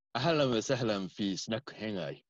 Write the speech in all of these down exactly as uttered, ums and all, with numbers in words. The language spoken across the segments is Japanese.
أهلا وسهلا في سناك هنغاي.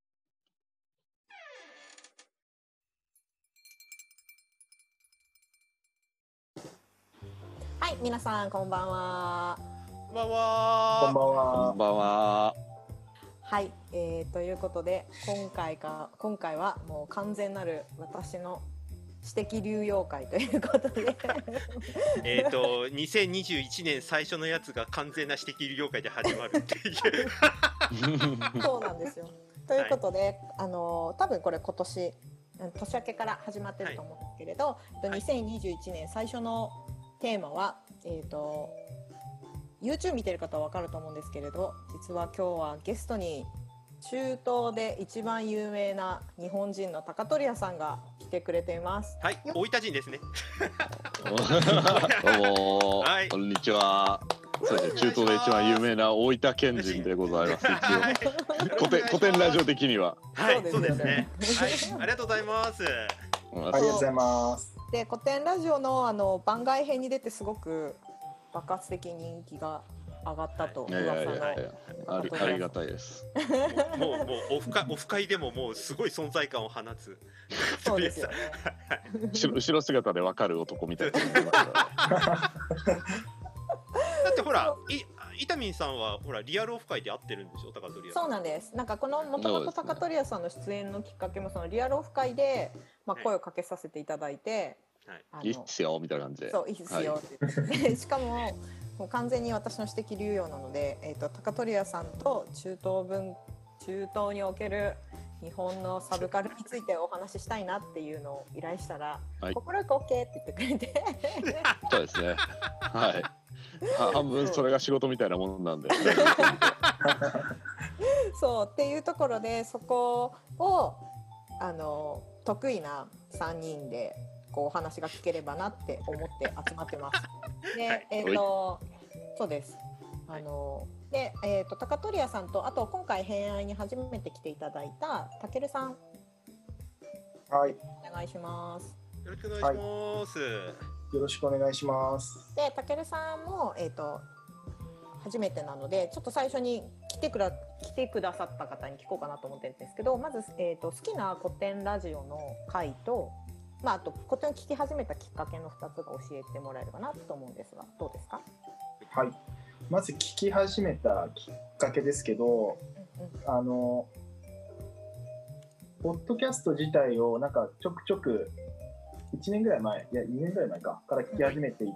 はい、皆さんこんばんは。 こんばんは。 こんばんこは。 んばんは。 はい、えー、ということで今回か今回はもう完全なる私の私的流用会ということでえっとにせんにじゅういちねん最初のやつが完全な私的流用会で始まるっていうそうなんですよ。ということで、はい、あの多分これ今年年明けから始まってると思うんですけれど、はい、にせんにじゅういちねん最初のテーマは、えーと YouTube 見てる方は分かると思うんですけれど、実は今日はゲストに中東で一番有名な日本人の高取屋さんが来てくれています。 はい、大分人ですね。 どうも、はい、こんにちは。そうですね、中東で一番有名な大分県人でございます。一応、はい、古典古典ラジオ的には。 はい、そうですね。はい、ありがとうございます。 ありがとうございます。 で、古典ラジオのあの番外編に出てすごく爆発的人気が上がったと噂の、はい、いやいやいやあり、ありがたいです。 もうもうオフ会オフ会でももうすごい存在感を放つ。 そうですよね。 後ろ姿でわかる男みたいな。 だってほら、い伊丹さんはほらリアルオフ会で会ってるんでしょ、高取屋さん。 そうなんです。なんかこのもともと高取屋さんの出演のきっかけもそのリアルオフ会で、まあ、声をかけさせていただいて、 はい、いいっすよみたいな感じで。 そういいっすよって言って、はい、しかももう完全に私の私的流用なので、えーと、高取屋さんと中東文中東における日本のサブカルについてお話ししたいなっていうのを依頼したら、快、はい、く OK って言ってくれてそうですね、はい、半分それが仕事みたいなもんなんでそうっていうところで、そこをあの得意なさんにんでこうお話が聞ければなって思って集まってます。で、はい、えっ、ー、とそうです。あので、えっ、ー、と高取屋さんと、あと今回偏愛に初めて来ていただいたたけるさん、 はい、 お願いします。 よろしくお願いします。はい、 よろしくお願いします。 で、たけるさんもえっ、ー、と初めてなので、ちょっと最初に来てくだ来てくださった方に聞こうかなと思ってるんですけど、まずえっ、ー、と好きな古典ラジオの回と、まあ、あと古典を聞き始めたきっかけのふたつが教えてもらえればなと思うんですが、どうですか？ はい、まず聞き始めたきっかけですけど、うんうん、あのポッドキャスト自体をなんかちょくちょくいちねんぐらい前、いやにねんぐらい前かから聞き始めていって、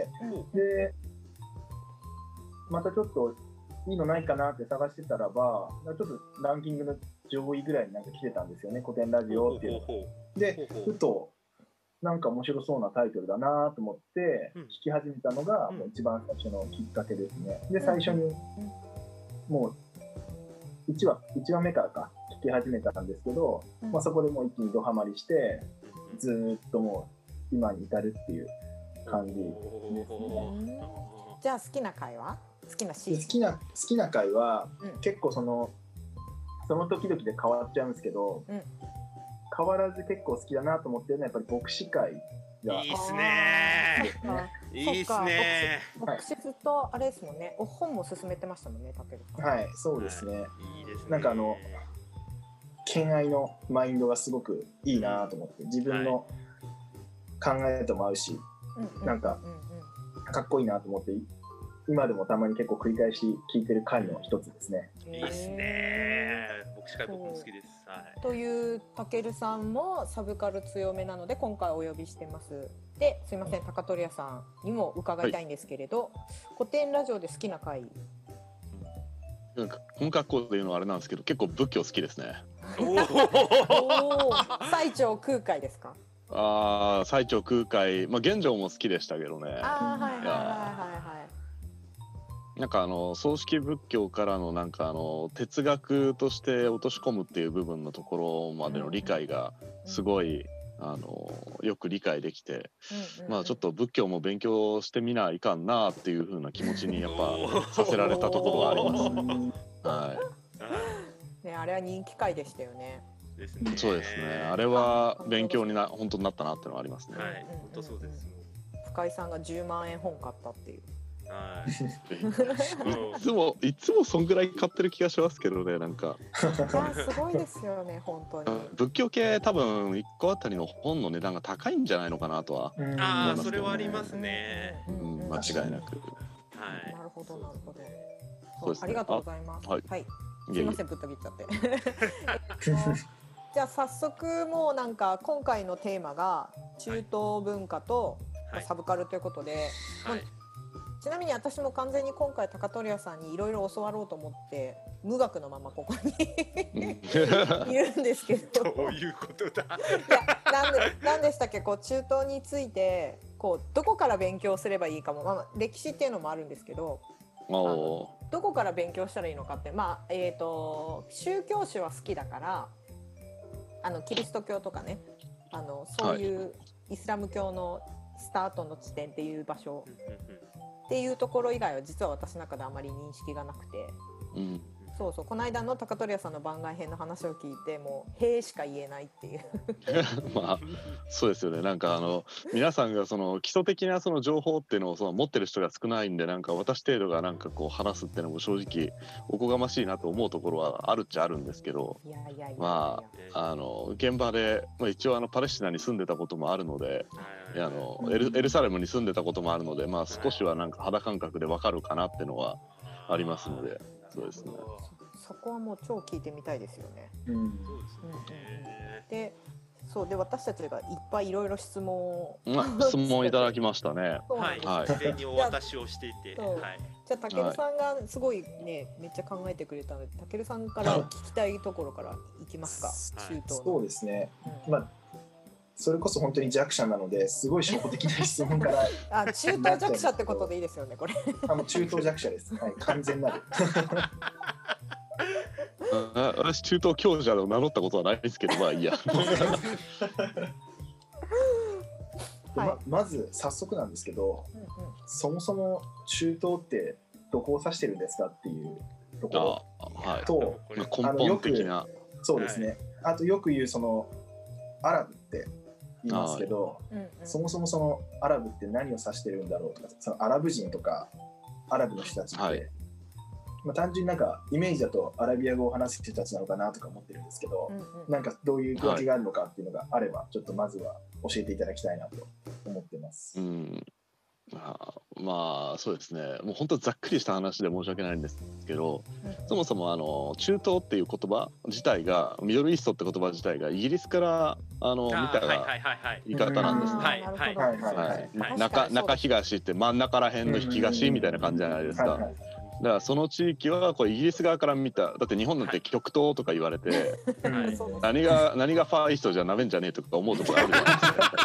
うんうん、でまたちょっといいのないかなって探してたらば、ちょっとランキングの上位ぐらいになんか来てたんですよね、古典ラジオっていうので、ふとなんか面白そうなタイトルだなと思って聞き始めたのがもう一番最初のきっかけですね。で、最初にもういちわいちわめからか聞き始めたんですけど、まあ、そこでもう一気にドハマりしてずっともう今に至るっていう感じですね。 じゃあ好きな回は？好きなシーン？ 好きな好きな回は、うん、結構そのその時々で変わっちゃうんですけど、うん、変わらず結構好きだなと思ってるのはやっぱり牧師会がいいっすねー。いいっすねー。牧師ずっとあれですもんね。お本も勧めてましたもんね、たけるさん。 はい、そうですね。 はい、いいですね。 なんかあの兼愛のマインドがすごくいいなと思って、自分の考えとも合うし、はい、なんかかっこいいなと思って。今でもたまに結構繰り返し聞いてる回の一つですね。 いいですね。牧師会僕も好きです。はい、 というたけるさんもサブカル強めなので今回お呼びしてます。で、すいません、高取屋さんにも伺いたいんですけれど、はい、古典ラジオで好きな回。 なんかこの格好で言うのはあれなんですけど、結構仏教好きですね。 おお、最澄空海ですか？ ああ、最澄空海、まあ玄奘も好きでしたけどね。 ああ、はいはいはいはいはい。 なんかあの葬式仏教からのなんかあの哲学として落とし込むっていう部分のところまでの理解がすごい、うん、あのよく理解できて、うんうん、まあちょっと仏教も勉強してみないかんなっていう風な気持ちにやっぱさせられたところがありますね。はい。 ね、あれは人気回でしたよね。 ですね。 そうですね。あれは勉強にな本当になったなっていうのはありますね。 はい、本当そうです。 深井さんがじゅうまんえん本買ったっていう。 はいいつもいつもそんぐらい買ってる気がしますけどね。なんかいやすごいですよね本当に。 仏教系多分いっこあたりの本の値段が高いんじゃないのかなとは、 うんああそれはありますね。 うん間違いなく。 はい。 なるほどなるほど。 そうですねありがとうございます。 あはい。 はいすいませんぶった切っちゃって。えっとじゃあ早速もうなんか今回のテーマが中東文化とはいサブカルということで、 はい。 ちなみに私も完全に今回高取屋さんにいろいろ教わろうと思って無学のままここにいるんですけど。 どういうことだ。 いやなんでなんでしたっけこう中東についてこうどこから勉強すればいいかも、まあ、歴史っていうのもあるんですけどおーどこから勉強したらいいのかってまあえっ、と宗教史は好きだからあのキリスト教とかねあのそういうイスラム教のスタートの地点っていう場所っていうところ以外は実は私の中であまり認識がなくて。 うんそうそうこの間の高取屋さんの番外編の話を聞いてもう「へえ」しか言えないっていうまあそうですよね。なんかあの皆さんがその基礎的なその情報っていうのをその持ってる人が少ないんで、なんか私程度がなんかこう話すっていうのも正直おこがましいなと思うところはあるっちゃあるんですけど、 いやいやいやいや、 まああの現場で、まあ、一応あのパレスチナに住んでたこともあるので、いやあのエル、エルサレムに住んでたこともあるので、まあ少しはなんか肌感覚でわかるかなっていうのはありますので、そうですね。 そこはもう超聞いてみたいですよね。 うんそうですね。 でそうで私たちがいっぱいいろいろ質問をまあ質問いただきましたね。 はい、 そうなんです、 はい事前にお渡しをしていて、 そうはい。 じゃあたけるさんがすごいねめっちゃ考えてくれたのでたけるさんから聞きたいところからいきますか、 はい中東の。 そうですね。 うんまあそれこそ本当に弱者なのですごい初歩的な質問からあ中東弱者ってことでいいですよねこれ。 あの中東弱者です。はい、完全なる。 あ私中東強者を名乗ったことはないですけど、まあいいや。 はいままず早速なんですけど、 うんうんそもそも中東ってどこを指してるんですかっていうとこあはい。 ろと、 これ根本的な。 そうですね、あとよく言うそのアラブって言いますけど、 うんうんそもそもそのアラブって何を指してるんだろうとか、そのアラブ人とかアラブの人たちって、 はいまあ、単純になんかイメージだとアラビア語を話す人たちなのかなとか思ってるんですけど、 うんうんなんかどういう動機があるのかっていうのがあれば、ちょっとまずは教えていただきたいなと思ってます。 うん。まあ、まあそうですね。もう本当ざっくりした話で申し訳ないんですけど、 うんそもそもあの中東っていう言葉自体がミドルイーストって言葉自体がイギリスからあの見たあーはいはいはいはい。 言い方なんですね。 はいあーなるほどはいはいははいい。 はい中中東って真ん中ら辺の引き東みたいな感じじゃないですか。 はいはいだからその地域はこうイギリス側から見た、だって日本なんて極東とか言われて、 はいそうです何が何がファーイーストじゃなめんじゃねえとか思うところあるじゃないですか。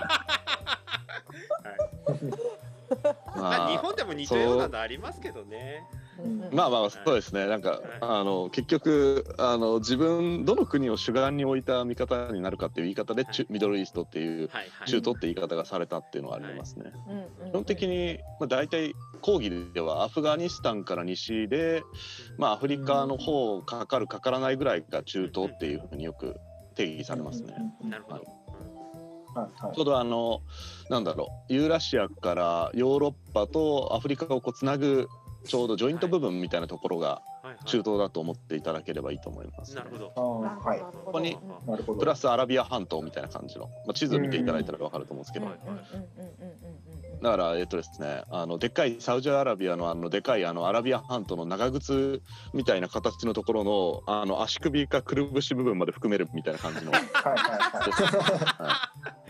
まあ日本でも似たようなのありますけどね。 うんうんまあまあそうですね。なんかあの結局あの自分どの国を主眼に置いた見方になるかっていう言い方で、チュミドルイーストっていうはいはい。 中東って言い方がされたっていうのはありますね。 うんうんうん基本的に、まあ、大体講義ではアフガニスタンから西で、まあ、アフリカの方かかるかからないぐらいが中東っていうふうによく定義されますね。 うんなるほど。 はいはいちょうどあのなんだろうユーラシアからヨーロッパとアフリカをこうつなぐちょうどジョイント部分みたいなところがはいはい。 中東だと思っていただければいいと思います、ね。 なるほど。 あーなるほどはいなるほどここになるほど。 プラスアラビア半島みたいな感じの、まあ、地図見ていただいたら分かると思うんですけど、 うんうんうんうんうんうんうんだからえっとですねあのでっかいサウジアラビアのあのでかいあのアラビア半島の長靴みたいな形のところのあの足首かくるぶし部分まで含めるみたいな感じのはいはいはい。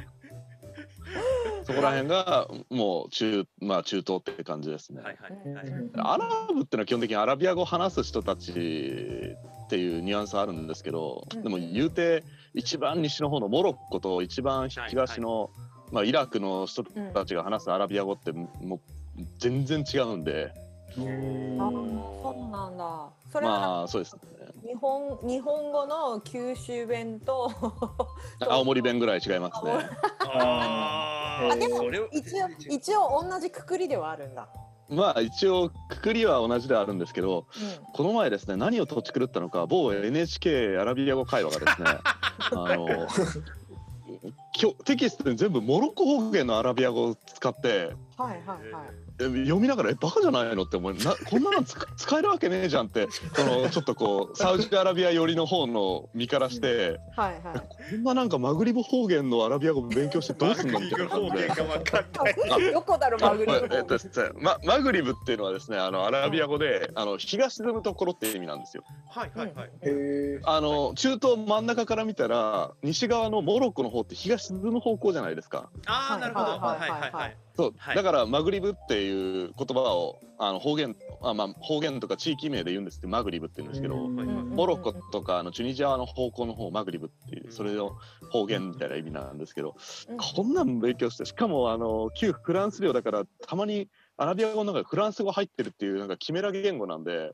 そこら辺がもう中まあ中東って感じですね。 はいはいはい。 アラブってのは基本的にアラビア語を話す人たちっていうニュアンスあるんですけど、 うんでも言うて一番西の方のモロッコと一番東の、まあ、イラクの人たちが話すアラビア語ってもう全然違うんで、 うーんあーそうなんだ。それはまあそうですね日本日本語の九州弁と青森弁ぐらい違いますね。 ああでもそれを一応一応同じくくりではあるんだ。 まあ一応くくりは同じではあるんですけど、 うこの前ですね何をとち狂ったのか某 エヌエイチケー アラビア語会話がですねあのきょテキストに全部モロッコ方言のアラビア語を使ってん、はいはいはい。 読みながらえバカじゃないのって思うな、こんなの使使えるわけねえじゃんってそのちょっとこうサウジアラビア寄りの方の身からして、 はいはい、 こんななんかマグリブ方言のアラビア語勉強してどうすんのみたいな感じで。 どこだろうマグリブ方言、 えっとま、マグリブっていうのはですね、あのアラビア語で、あの日が沈むところって意味なんですよ。 はいはいはい。 あの中東真ん中から見たら西側のモロッコの方って日が沈む方向じゃないですか。 ああなるほど。はいはいはい。 そう、 はい、 だからマグリブっていう言葉をあの方言あ、まあ、方言とか地域名で言うんですけどマグリブって言うんですけど、モロッコとかあのチュニジアの方向の方マグリブっていうそれの方言みたいな意味なんですけど、こんなん勉強して、しかもあの旧フランス領だからたまにアラビア語の中でフランス語入ってるっていうなんかキメラ言語なんで。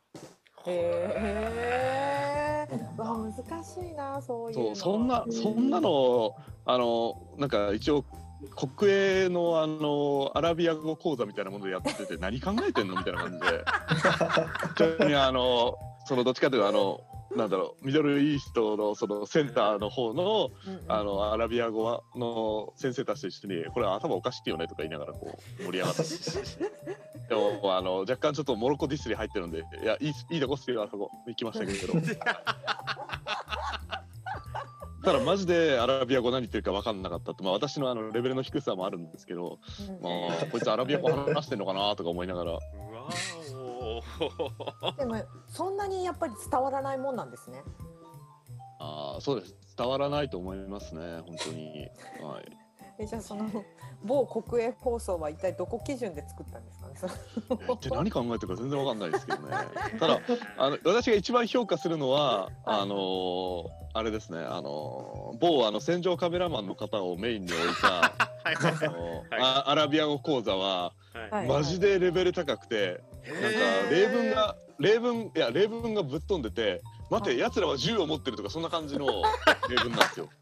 へえ、わ難しいなそういうの。 そうそんなそんなのあのなんか一応国営のあのアラビア語講座みたいなものでやってて何考えてんのみたいな感じでちょっとあのそのどっちかというとあのなんだろうミドルイーストのそのセンターの方のあのアラビア語の先生たちと一緒にこれ頭おかしいよねとか言いながらこう盛り上がってでもあの若干ちょっとモロッコディスり入ってるんでいやいいいいとこっすよあそこ行きましたけどただマジでアラビア語何言ってるか分かんなかったって、まあ、私のあのレベルの低さもあるんですけど、まあ、こいつアラビア語話してんのかなとか思いながら。 でもそんなにやっぱり伝わらないもんなんですね。 ああそうです、伝わらないと思いますね本当に、はい、 えじゃあその某国営放送は一体どこ基準で作ったんですかね。 一体何考えてるか全然わかんないですけどね。ただあの私が一番評価するのはあのー、あれですね、あのー、某あの戦場カメラマンの方をメインに置いたあアラビア語講座は、はい、マジでレベル高くて、なんか例文が例文いや例文がぶっ飛んでて、待て奴らは銃を持ってるとかそんな感じの例文なんですよ。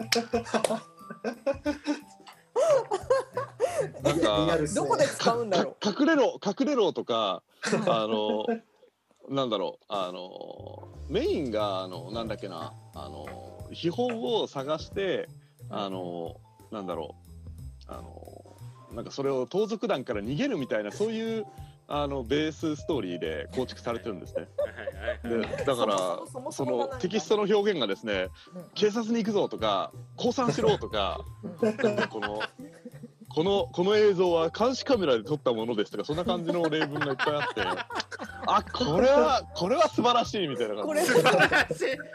なんかどこで使うんだろう。隠れろ隠れろとかあのなんだろうあのメインがあのなんだっけなあの秘宝を探してあのなんだろうあのなんかそれを盗賊団から逃げるみたいなそういうあのベースストーリーで構築されてるんですね。でだからそのテキストの表現がですね、警察に行くぞとか降参しろとか、なんかこのこのこの映像は監視カメラで撮ったものですとかそんな感じの例文がいっぱいあって、あこれはこれは素晴らしいみたいな感じで。 素晴らしい。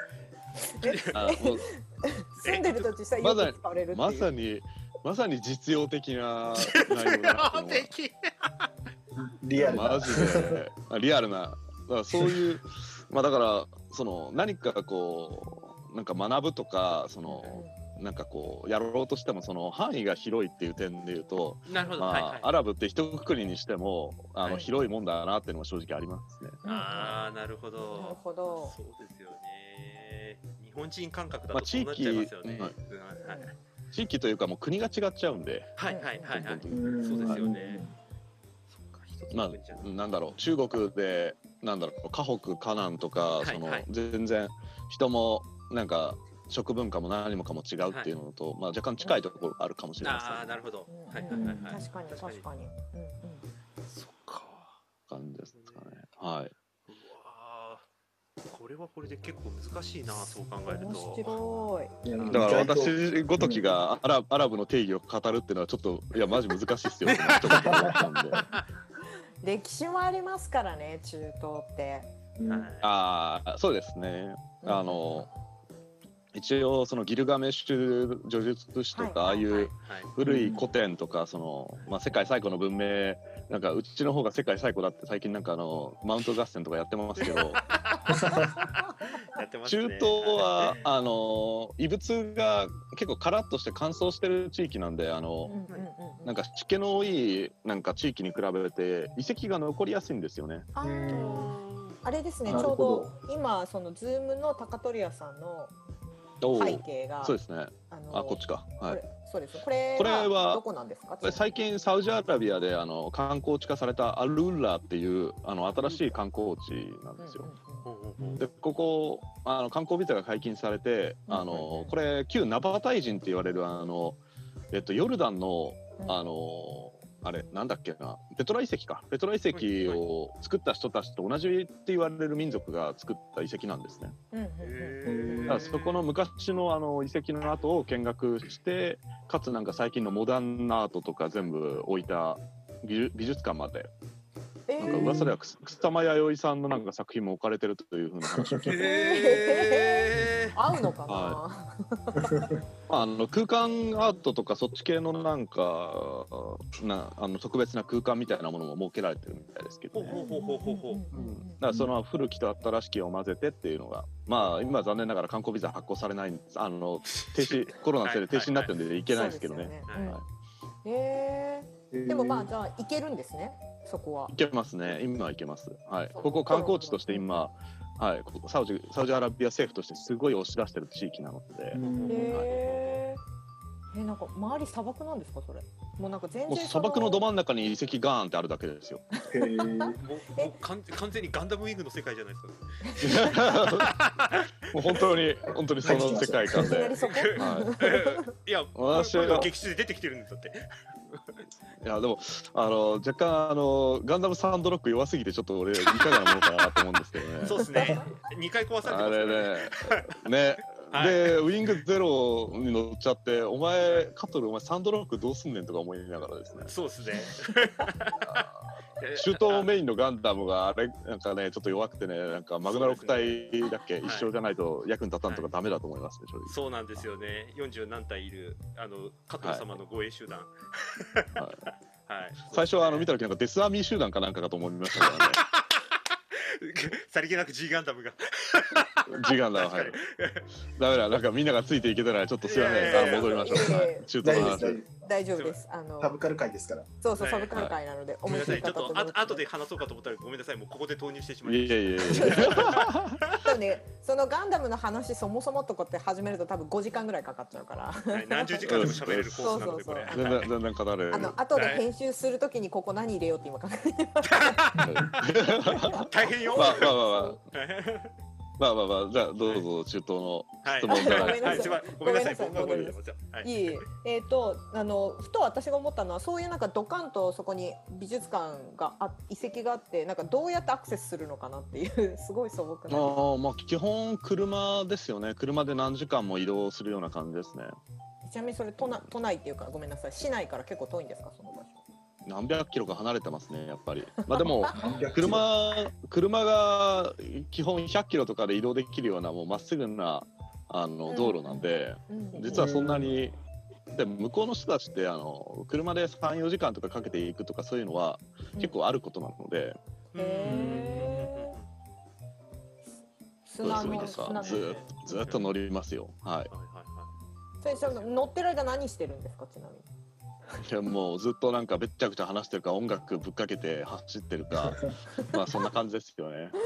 住んでると実際よく使われるっていう。 まさにまさに実用的な内容だな。 リアルなマジでリアルな、だからそういうまあだからその何かこうなんか学ぶとかそのなんかこうやろうとしてもその範囲が広いっていう点でいうと、 なるほど、 まあはいはい、 アラブって一括りにしてもあの、はい、広いもんだなっていうのは正直ありますね。 ああなるほど。 なるほど。 そうですよね。日本人感覚だとそうなっちゃいますよね。まあ、地域、うんはい、 地域というかもう国が違っちゃうんで。 はいはいはいはい。そうですよね。 まあ、なんだろう中国でなんだろう河北河南とか、はいはい、その全然人もなんか食文化も何もかも違うっていうのと、はい、まあ、若干近いところがあるかもしれません、ね。 ああなるほど。 はいはいはいはい。確かに確かに。うんうん。 そっか。 感じですかね。はい。 うわこれはこれで結構難しいなそう考えると。 面白い。 だから私ごときがアラアラブの定義を語るっていうのはちょっといやマジ難しいっすよってちょっと思ったんで。 歴史もありますからね中東って、 うん、ああそうですね、うん、あの一応そのギルガメッシュ叙述詩とかああいう古い古典とかその、まあ、世界最古の文明なんかうちの方が世界最古だって最近なんかあのマウント合戦とかやってますけど中東はあの異物が結構カラッとして乾燥してる地域なんであの、うんうんうん、なんか湿気の多いなんか地域に比べて遺跡が残りやすいんですよね。 あ, あれですねちょうど今そのズームの高取屋さんの背景がそうですね あ, あこっちか、はい、 そうですこれはどこなんですか。 これ最近サウジアラビアであの観光地化されたアルウッラっていうあの新しい観光地なんですよ。でここあの観光ビザが解禁されてあのこれ旧ナバタイ人って言われるあの、えっと、ヨルダンのあのあれなんだっけな、ペトラ遺跡か、ペトラ遺跡を作った人たちと同じって言われる民族が作った遺跡なんですね。 うんうんうんうんだからそこの昔のあの遺跡の跡を見学して、かつなんか最近のモダンなアートとか全部置いた美術美術館まで、 えなんか噂ではく草間彌生さんのなんか作品も置かれてるというふうな話を聞いて、 へ合うのかな、 はまあ、あの空間アートとかそっち系のなんかなあの特別な空間みたいなものも設けられてるみたいですけどね。 ほうほうほうほうほう。 うん、だからその古きと新しきを混ぜてっていうのが、まあ今は残念ながら観光ビザ発行されないんです、あの停止コロナのせいで停止になってるんで行けないですけどね。 そうですよはいうんへえでもまあじゃあ行けるんですね、そこは。 行けますね、今は行けます。はい、ここ観光地として今、はい、ここサウジサウジアラビア政府としてすごい押し出してる地域なので、 へええなんか周り砂漠なんですかそれ。もうなんか全然もう砂漠のど真ん中に遺跡ガーンってあるだけですよ。 へえ。 もうもう完完全にガンダムウィングの世界じゃないですか。 もう本当に本当にその世界観で、 いきなりそこ、 はいや、 私はこれは劇中で出てきてるんだって。 い、いやでもあの若干あのガンダムサンドロック弱すぎてちょっと俺いかがなものかなと思うんですけどね。 そうですね。二回壊されてあれますからね。 ね。ね、 はいでウィングゼロに乗っちゃってお前カトルお前サンドロックどうすんねんとか思いながらですね。 そうですね。 中東メインのガンダムがあれなんかねちょっと弱くてね、なんかマグナロク隊だっけ、 そうですね一緒じゃないと役に立たんとかダメだと思いますね、正直。 そうなんですよね。四十何体いるあの加藤様の護衛集団。 はいはい。 最初はあの見た時なんかデスアーミー集団かなんかかと思いましたからね。 さりげなく G ガンダムが。 ジガンダム、はい。ダメだ、なんかみんながついていけてない、ちょっとすいません、 いやいやいやあの戻りましょう。 いやいやはい中東の話。 大丈夫です。 大丈夫です。あのサブカル界ですから。 そうそうはいサブカル界なので、 ごめんなさい。ちょっとあ後でで。 話そうかと思ったらごめんなさい。もうここで投入してしまいいましやいやいやいや。 でもね、そのガンダムの話そもそもとかって始めると多分ごじかんぐらいかかっちゃうから。 た。はい何十時間でも喋れるコースなのでこれ。 そう全然全然語れる。 あの後で編集するときにここ何入れようって今考えてます。 大変よ。 まあまあまあまあ。まあまあまあ、じゃあどうぞ中東の質問から。 はいはい、すいません。ごめんなさい。 ごめんなさい僕がごめんなさい。はいいえいえ、えっ、とあのふと私が思ったのはそういうなんかドカンとそこに美術館があ遺跡があってなんかどうやってアクセスするのかなっていうすごい素朴な。 ああ、まあ基本車ですよね。車で何時間も移動するような感じですね。 ちなみにそれ都内都内っていうかごめんなさい市内から結構遠いんですかその場所。 何百キロか離れてますね、やっぱり。まあでも何百キロ車車が基本ひゃっキロとかで移動できるようなもうまっすぐなあの道路なんで、 うん実はそんなに。で向こうの人たちってあの車でさん、よじかんとかかけていくとかそういうのは結構あることなので、 へそう砂のですか砂の。 ずーっとずーっと乗りますよ。はい。 はいはいはい。 それその乗ってる間何してるんですかちなみに。 いやもうずっとなんかべっちゃくちゃ話してるか音楽ぶっかけて走ってるかまあそんな感じですよね。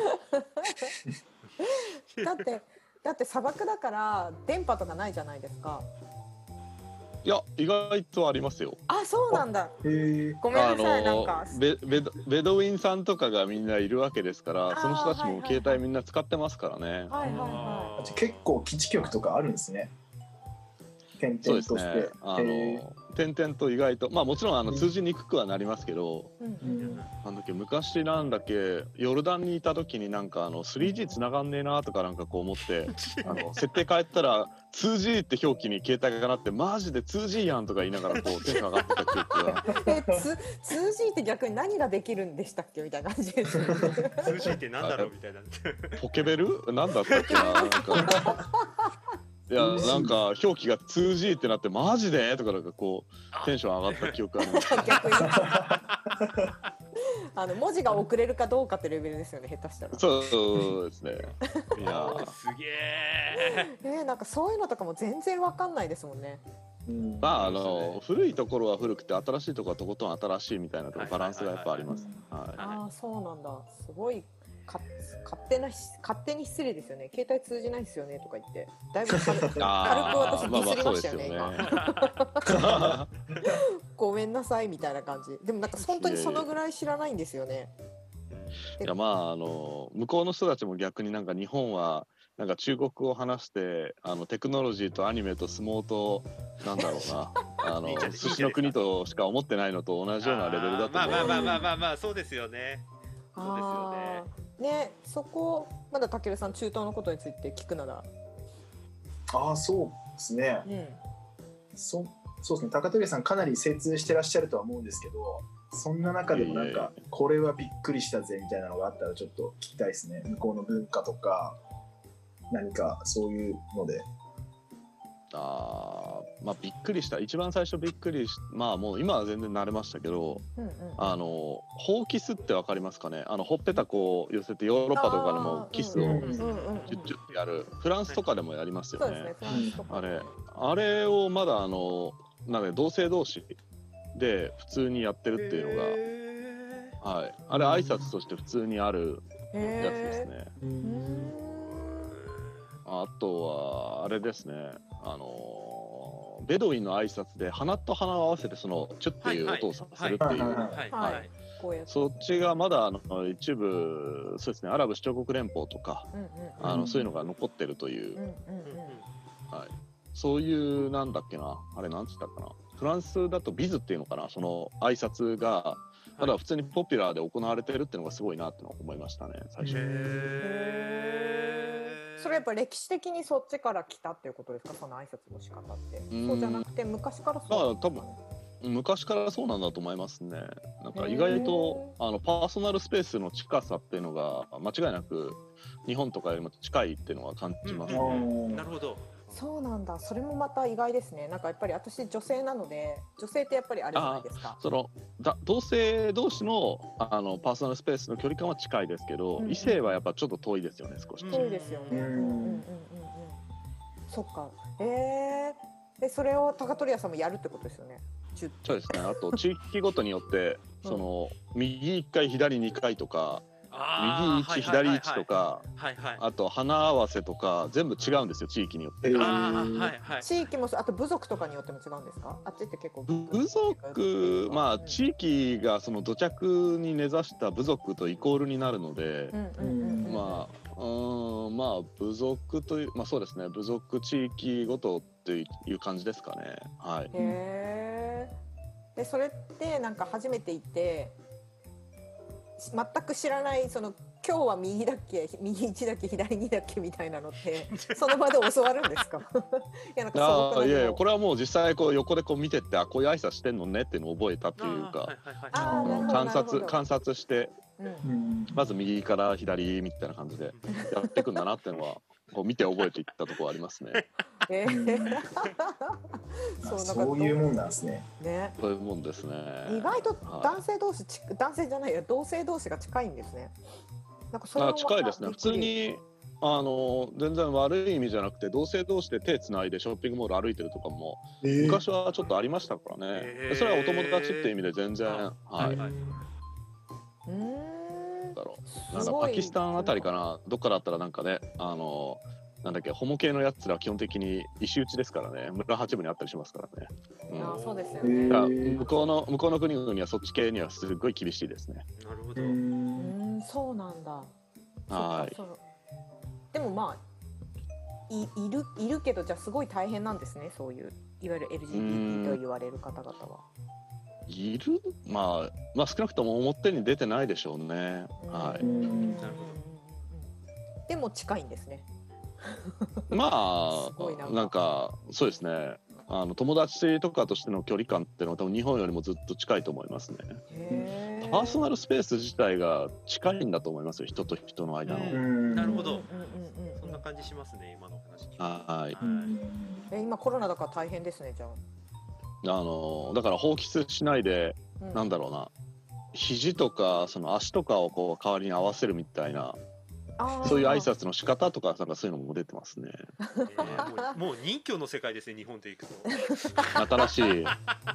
だってだって砂漠だから電波とかないじゃないですか。 いや意外とありますよ。 あそうなんだ。 へえ。 ごめんなあさい、なんのか。 ベベドベドウィンさんとかがみんないるわけですからあーその人たちもはいはいはい携帯みんな使ってますからね。 はいはいはあじゃあ結構基地局とかあるんですね。点そうです 々として。 ね。あへえの点々と意外とまあもちろんあのうん通じにくくはなりますけど、 い。うんううんんなんだっけ昔なんだっけヨルダンにいた時になんかあの スリージー 繋がんねえなとかなんかこう思ってあの設定変えたら ツージー って表記に携帯がなってマジで ツージー やんとか言いながらこうテンション上がってた記憶が。 えツツージー って逆に何ができるんでしたっけみたいな感じですよね。 通信ってなんだろうみたいな。 ポケベルなんだったっけななんかいやなんか表記が ツージー ってなってマジでとかなんかこうテンション上がった記憶あります。 逆にあの文字が送れるかどうかってレベルですよね下手したら。 そうですね。いやすげえ。 えー、なんかそういうのとかも全然わかんないですもんね。 うんまああの古いところは古くて新しいところはとことん新しいみたいなとこはいバランスがやっぱあります。はい。 ああそうなんだ。すごいか勝手な勝手に失礼ですよね。携帯通じないですよねとか言ってだいぶ軽く軽く私ディスりましたよね今。ごめんなさいみたいな感じ。でもなんか本当にそのぐらい知らないんですよね。 いやまああの向こうの人たちも逆になんか日本はなんか中国語を話してあのテクノロジーとアニメと相撲となんだろうなあのいいじゃんいいじゃないですか寿司の国としか思ってないのと同じようなレベルだと思う。 まあまあまあまあまあまあそうですよね。そうですよね。 あーね、そこまだたけるさん中東のことについて聞くなら、 ああ、そうですね。 うん、 そそうですね。高取さんかなり精通してらっしゃるとは思うんですけど、そんな中でもなんかこれはびっくりしたぜみたいなのがあったらちょっと聞きたいですね。向こうの文化とか何かそういうので。 あーまあびっくりした、一番最初びっくりしまあもう今は全然慣れましたけど、 うんうん、 あのホーキスってわかりますかね。あのほっぺたこう寄せてヨーロッパとかでもキスをうんうんうんうんチュッチュッてやる、フランスとかでもやりますよそうですねね。 フランスとかあれあれをまだあのなんか同性同士で普通にやってるっていうのが、 へはい、あれ挨拶として普通にあるやつですへね。 ーうーんあとはあれですね、あのベドウィンの挨拶で鼻と鼻を合わせてそのチュッっていう音をさせるっていう、 はいはいーはいははいい。 こうやって、 そっちがまだあの一部そうですね、アラブ首長国連邦とかうんうんあのそういうのが残ってるという、 うんうんうんはい、そういうなんだっけな、あれなんつったかな、フランスだとビズっていうのかな、その挨拶がまだ普通にポピュラーで行われてるっていうのがすごいなってのは思いましたね、最初。 へそれやっぱ歴史的にそっちから来たっていうことですか、その挨拶の仕方って。 んそうじゃなくて昔からそうなんですかね。 まあ多昔からそうなんだと思いますね。なんか意外とあのパーソナルスペースの近さっていうのが間違いなく日本とかよりも近いっていうのは感じますね。 うんなるほど。 そうなんだ、それもまた意外ですね。なんかやっぱり私女性なので、女性ってやっぱりあれじゃないですか。 そのだ同性同士のあのパーソナルスペースの距離感は近いですけど、 うんうん異性はやっぱちょっと遠いですよね、少し。 うんそうですよね。 ううんんうんうんうんうん。そっか。ええでそれを高取屋さんもやるってことですよね。じゅそうですね。あと地域ごとによってうんその右いっかい左にかいとか右いちあー左いちと。か、 はいはいはいはい。 あと鼻合わせとか全部違うんですよ、地域によって。 えーあーはいはい。 地域もそう、あと部族とかによっても違うんですか。あっちって結構部族、まあ地域がその土着に根ざした部族とイコールになるので、 うんうんうんうん、 まあうーんまあ部族という、まあそうですね、部族地域ごとっていう感じですかね。はい。 へえ。でそれってなんか初めて行って全く知らないその今日は右だっけ右いちだっけ左にだっけみたいなのってその場で教わるんですか。いやなんか素朴なああいやいや、これれはもう実際こう横でこう見てって、あこういう挨拶してんのねっていうのを覚えたっていうか、 あーはいはいはいあーなるほど観なるほど察観察してうんうんまず右から左みたいな感じでやっていくんだなっていうのはこう見て覚えていったところありますね。 えうんーあそうなんかそういうもんなんですね。 ね、 そういうもんですね。 意外とはい男性同士ち男性じゃないや同性同士が近いんですね。なんかそれもあまた近いですね。普通びっくりにあの全然悪い意味じゃなくて同性同士で手つないでショッピングモール歩いてるとかもえー昔はちょっとありましたからね。 へーでそれはお友達っていう意味で全然、 あはい、 はいうーんだろう。なんすごいだパキスタンあたりかな、どっかだったらなんかね、あのなんだっけ、ホモ系のやつらは基本的に石打ちですからね、村八分にあったりしますからね。うんあそうですよへね。 だからー向こうの向こうの国々はそっち系にはすごい厳しいですね。 なるほど。 ううんーんそうなんだ。 はいそっかそうでもまあいいるいるけどじゃあすごい大変なんですね、そういういわゆる エルジービーティー と言われる方々は。 いる、まあ、まあ少なくとも表に出てないでしょうね。はうーんなるほでも近いんですね。 い。ますごいなんかあなんかそうですね。あの友達とかとしての距離感っていうのは多分日本よりもずっと近いと思いますね。 へーパーソナルスペース自体が近いんだと思いますよ、人と人の間の。 うんなるほどうんうんうんうんそんな感じしますね、今の話聞いて。 はい。 うんえ今コロナだから大変ですね、じゃあ。 あのだから放棄しないで、 うんなんだろうな、肘とかその足とかをこう代わりに合わせるみたいな、 あーそういう挨拶の仕方とかなんかそういうのも出てますね。 えーもうもう任侠の世界ですね、日本で行くと。 新しい。いや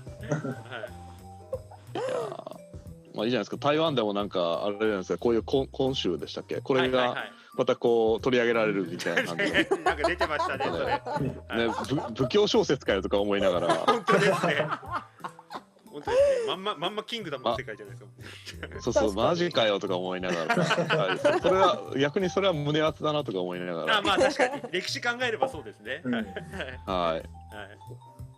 はいーまあいいじゃないですか。台湾でもなんかあれじゃないですか、こういう今今週でしたっけ、これがはいはいはいまたこう取り上げられるみたいな感じで、 なんか出てましたね、それ。 ね、ぶ仏教小説かよとか思いながら。 本当ですね。本当ですね。まんままんまキングダムの世界じゃないですか。 そうそう、 確かにマジかよとか思いながら、はい、そそれは逆にそれは胸熱だなとか思いながあら、 まあ確かに歴史考えればそうですね。 うんはいはい。 はい。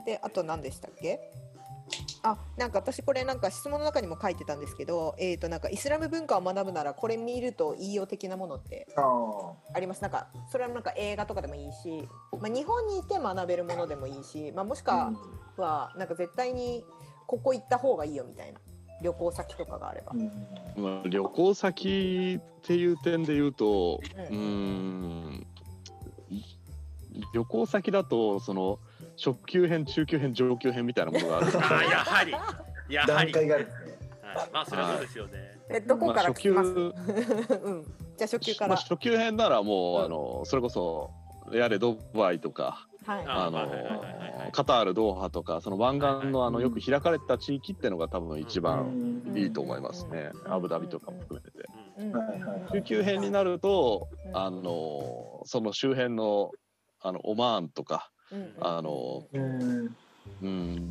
であと何でしたっけ？あ、なんか私これなんか質問の中にも書いてたんですけど、えーとなんかイスラム文化を学ぶならこれ見るといいよ的なものってああ、 あります？なんかそれはなんか映画とかでもいいし、まあ、日本にいて学べるものでもいいし、まあ、もしくはなんか絶対にここ行った方がいいよみたいな旅行先とかがあれば。 うんまあ、旅行先っていう点で言うと、 ううんーん旅行先だとその初級編、中級編、上級編みたいなものがあるのであーやはりやは段り、 階があるんですね。 はい、まあそれはそうですよね。 えどこから聞きます？ まあ初級うん、じゃあ初級から。 まあ、初級編ならもう、 うんあのそれこそやれドバイとかはい。 ああのはいはいはいはいはいカタール、ドーハとかその湾岸のあのうんよく開かれた地域っていうのが多分一番うんいいと思いますね、 うんアブダビとかも含めて。 うんうんはいはい中級編になると、 うんあのその周辺のあのオマーンとか、 うんあのうんうん、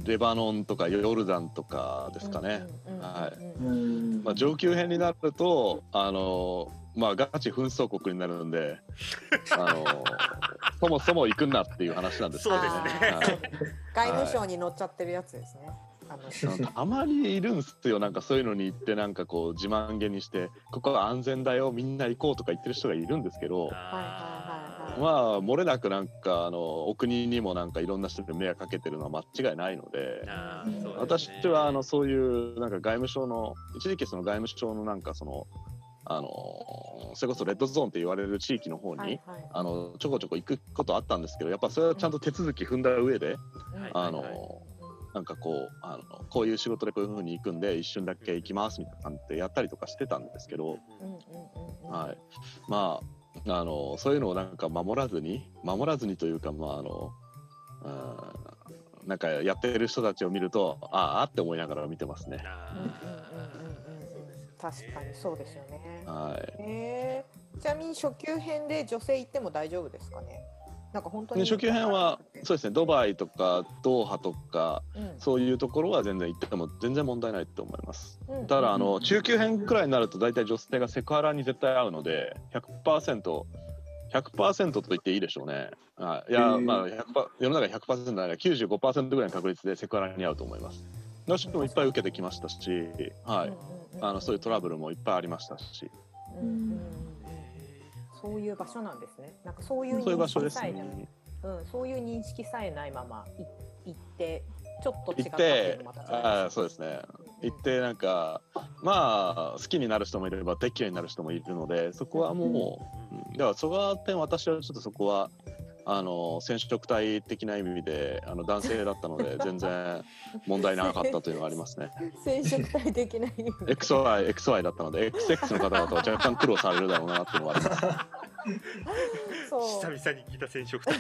レバノンとかヨルダンとかですかね。はいうんまあ、上級編になるとあのまあガチ紛争国になるんであのそもそも行くなっていう話なんですけどそうですねはい外務省に乗っちゃってるやつですね。あのあまりいるんすよ、なんかそういうのに行ってなんかこう自慢げにしてここは安全だよみんな行こうとか言ってる人がいるんですけど、 あーまあ漏れなくなんかあのお国にもなんかいろんな人に迷惑かけてるのは間違いないので、 あーそうですね私はあのそういうなんか外務省の一時期その外務省のなんかそのあのそれこそレッドゾーンって言われる地域の方に、 はいはいあのちょこちょこ行くことあったんですけど、やっぱそれはちゃんと手続き踏んだ上で、 はいあの、 はいはいなんかこうあのこういう仕事でこういう風に行くんで一瞬だけ行きますみたいな感じでやったりとかしてたんですけど、 うんうんうんうんはい、まああのそういうのをなんか守らずに守らずにというかまああのうんなんかやってる人たちを見るとああって思いながら見てますね。 あうんうんうんうんうんー確かにそうですよね。 はいえー、ちなみに初級編で女性行っても大丈夫ですかね？なんか本当にで初級編はそうですね、ドバイとかドーハとかうんそういうところは全然行っても全然問題ないと思います。 うんただあの中級編くらいになると大体女性がセクハラに絶対合うので ひゃくパーセント ひゃくパーセントと言っていいでしょうね。はいいやへーまあひゃくパー世の中 ひゃくパーセント なら きゅうじゅうごパーセント ぐらいの確率でセクハラに合うと思います。私もいっぱい受けてきましたし、はい、あのそういうトラブルもいっぱいありましたし、 うんうんうんうんそういう場所なんですね。なんかそういうそういう場所です認識さえない、 ね。 うん、そういう認識さえないままい行ってちょっと違行っったっていうてのもまた違いますねあーそうですね。行ってなんかまあ好きになる人もいれば大嫌いになる人もいるので、そこはもう、うん、だからそこは点私はちょっとそこはあの染色体的な意味であの男性だったので全然問題なかったというのがありますね。 染色体的な意味エックスワイ、エックスワイ だったので エックスエックス の方々は若干苦労されるだろうなっていうのがあります。 そう久々に聞いた染色体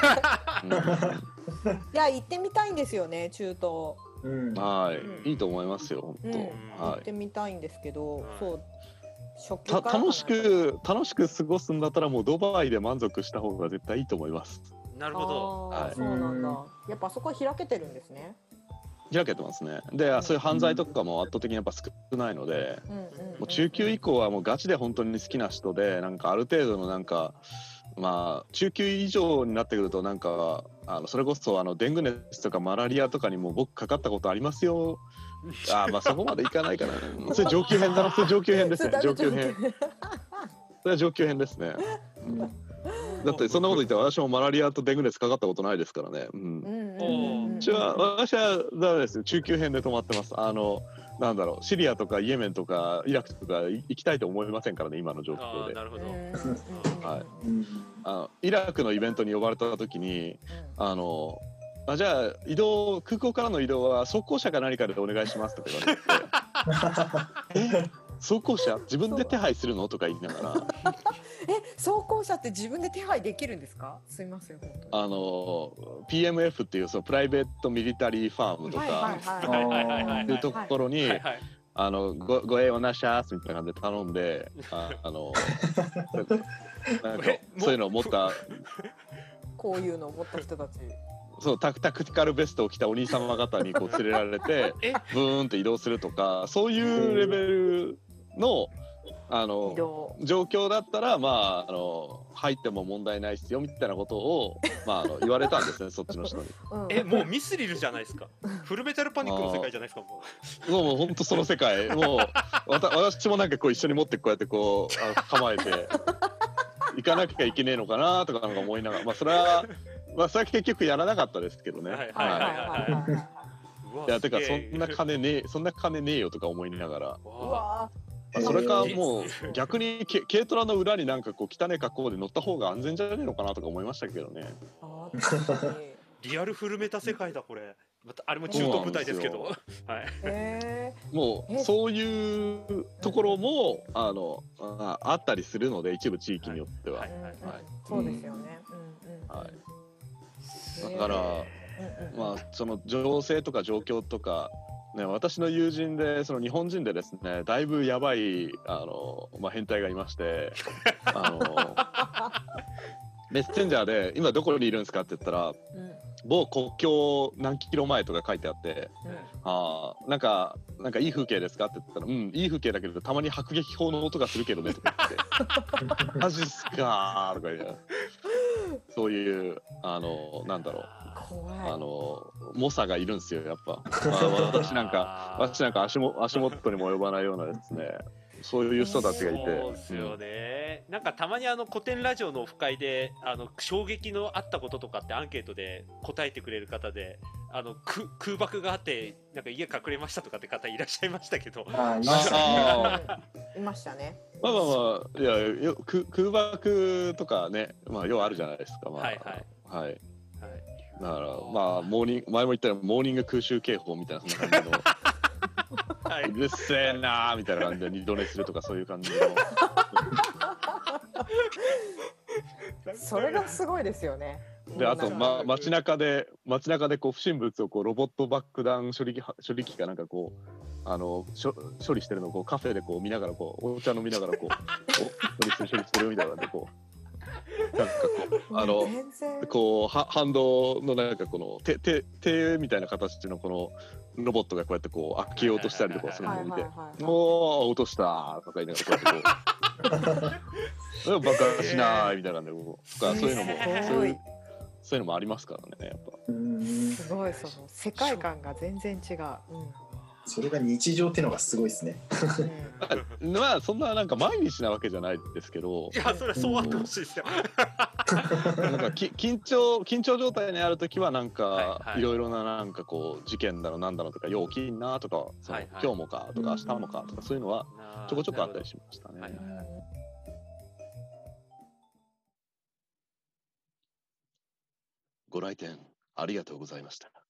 うんいや行ってみたいんですよね中東、 うんはい、 うんいいと思いますよ本うん、 当。 行はい。 ってみたいんですけど、 はいそう初級たからかな楽しく楽しく過ごすんだったらもうドバイで満足した方が絶対いいと思います。 なるほど。 あーはいそうなんだ。やっぱそこは開けてるんですね。 開けてますね。で、そういう犯罪とかも圧倒的にやっぱ少ないので、 うんうんうんうんもう中級以降はもうガチで本当に好きな人で、なんかある程度のなんかまあ中級以上になってくるとなんかあのそれこそあのデング熱とかマラリアとかにも僕かかったことありますよ。あーまあそこまでいかないかな。それ上級編だな。それ上級編ですね。上級編。それは上級編ですね。うんだってそんなこと言ったら私もマラリアとデング熱かかったことないですからね。うんうんうんうんうん私は私はダメですよ。中級編で止まってます。あのなんだろうシリアとかイエメンとかイラクとか行きたいと思いませんからね今の状あ況で。 あなるほど。 うんうんうんはいうんあのイラクのイベントに呼ばれた時にあのあじゃあ移動空港からの移動は装甲車か何かでお願いしますとか言われてえ装甲車自分で手配するのとか言いながらえ装甲車って自分で手配できるんですか？すいません本当に。 あの ピーエムエフ っていうそのプライベートミリタリーファームとか、 はいはいはいはいはいはいいうところに、 はいはい。 あのごご栄養なしゃーすみたいな感じで頼んでああのなんかえもそういうのを持ったこういうのを持った人たち。 そうタクタクティカルベストを着たお兄様方にこう連れられてえブーンって移動するとかそういうレベルのあの移動状況だったら、まあ、あの入っても問題ないですよみたいなことを、まあ、あの言われたんですねそっちの人に。 うんえ、もうミスリルじゃないですか。フルメタルパニックの世界じゃないですか。もうもう本当その世界、もうわた私もなんかこう一緒に持ってこうやってこうあの構えて行かなきゃいけねえのかなとかなんか思いながら、まあそれはまあそれは結局やらなかったですけどね。 はいはいはいはいはいはいはい。 はい。 うわいやてかそすげえんな金ねえそんな金ねえよとか思いながら、 うわわまあ、それかえーもう逆にけ軽トラの裏になんかこう汚い格好で乗った方が安全じゃねえのかなとか思いましたけどね。 あー確かに。 リアルフルメタ世界だこれ。またあれも中東部隊ですけど。はい。 ええもうそういうところもあのああったりするので一部地域によっては。 はいーうんうんはいそうですよね。うんうんうん。 はいへーだから、 うんうんうんまあその情勢とか状況とか、ね、私の友人でその日本人でですねだいぶやばいあの、まあ、変態がいましてあのメッセンジャーで「今どこにいるんですか?」って言ったらうん某国境何キロ前とか書いてあってうん 「ああなんかなんかいい風景ですか?」って言ったら「うんいい風景だけどたまに迫撃砲の音がするけどね」とか言って「マジっすか?」とか言ってそういうあのなんだろう怖い。 あの猛者がいるんですよやっぱ、まあ、私なんか私なんか足も足元にも及ばないようなですねそういう人たちがいて、 そうですよね、なんかたまにあの古典ラジオのオフ会であの衝撃のあったこととかってアンケートで答えてくれる方であのく空爆があってなんか家隠れましたとかって方いらっしゃいましたけど、 あーいましたね。 あうんいましたね。 まあまあまあいやよく空爆とかねまあようあるじゃないですか、まあ、 はいはいはいはい、 だからまあモーニング前も言ったようにモーニング空襲警報みたいなそんな感じのはいうるっせえなーみたいな感じで二度寝するとかそういう感じのそれがすごいですよね。 であと、 うんま、街中で街中でこう不審物をこうロボット爆弾処理機処理機かなんかこうあのしょ処理してるのをこうカフェでこう見ながらこうお茶飲みながらこうお処理してる処理してるみたいなんでこうなんかこうあの全然こうは反動のなんかこの手手手みたいな形のこのロボットがこうやってこう開けようとしたりとかするのを見てはいはいはいはい 「おー落とした」とか言いながらこうやってこう「爆破しない」みたいなんでこうとかそういうのもすごいそういうそういうのもありますからねやっぱ。 うんすごいその世界観が全然違う。うんそれが日常ってのがすごいですね。 うんまあそんななんか毎日なわけじゃないですけどいやそれはそうあってほしいですよなんかき緊張緊張状態にある時はなんはいかはいいろいろななんかこう事件だのなんだのとかよう起きんなとかそのはいはい今日もかとか明日もかとかそういうのはちょこちょこあったりしましたね。 はいはいご来店ありがとうございました。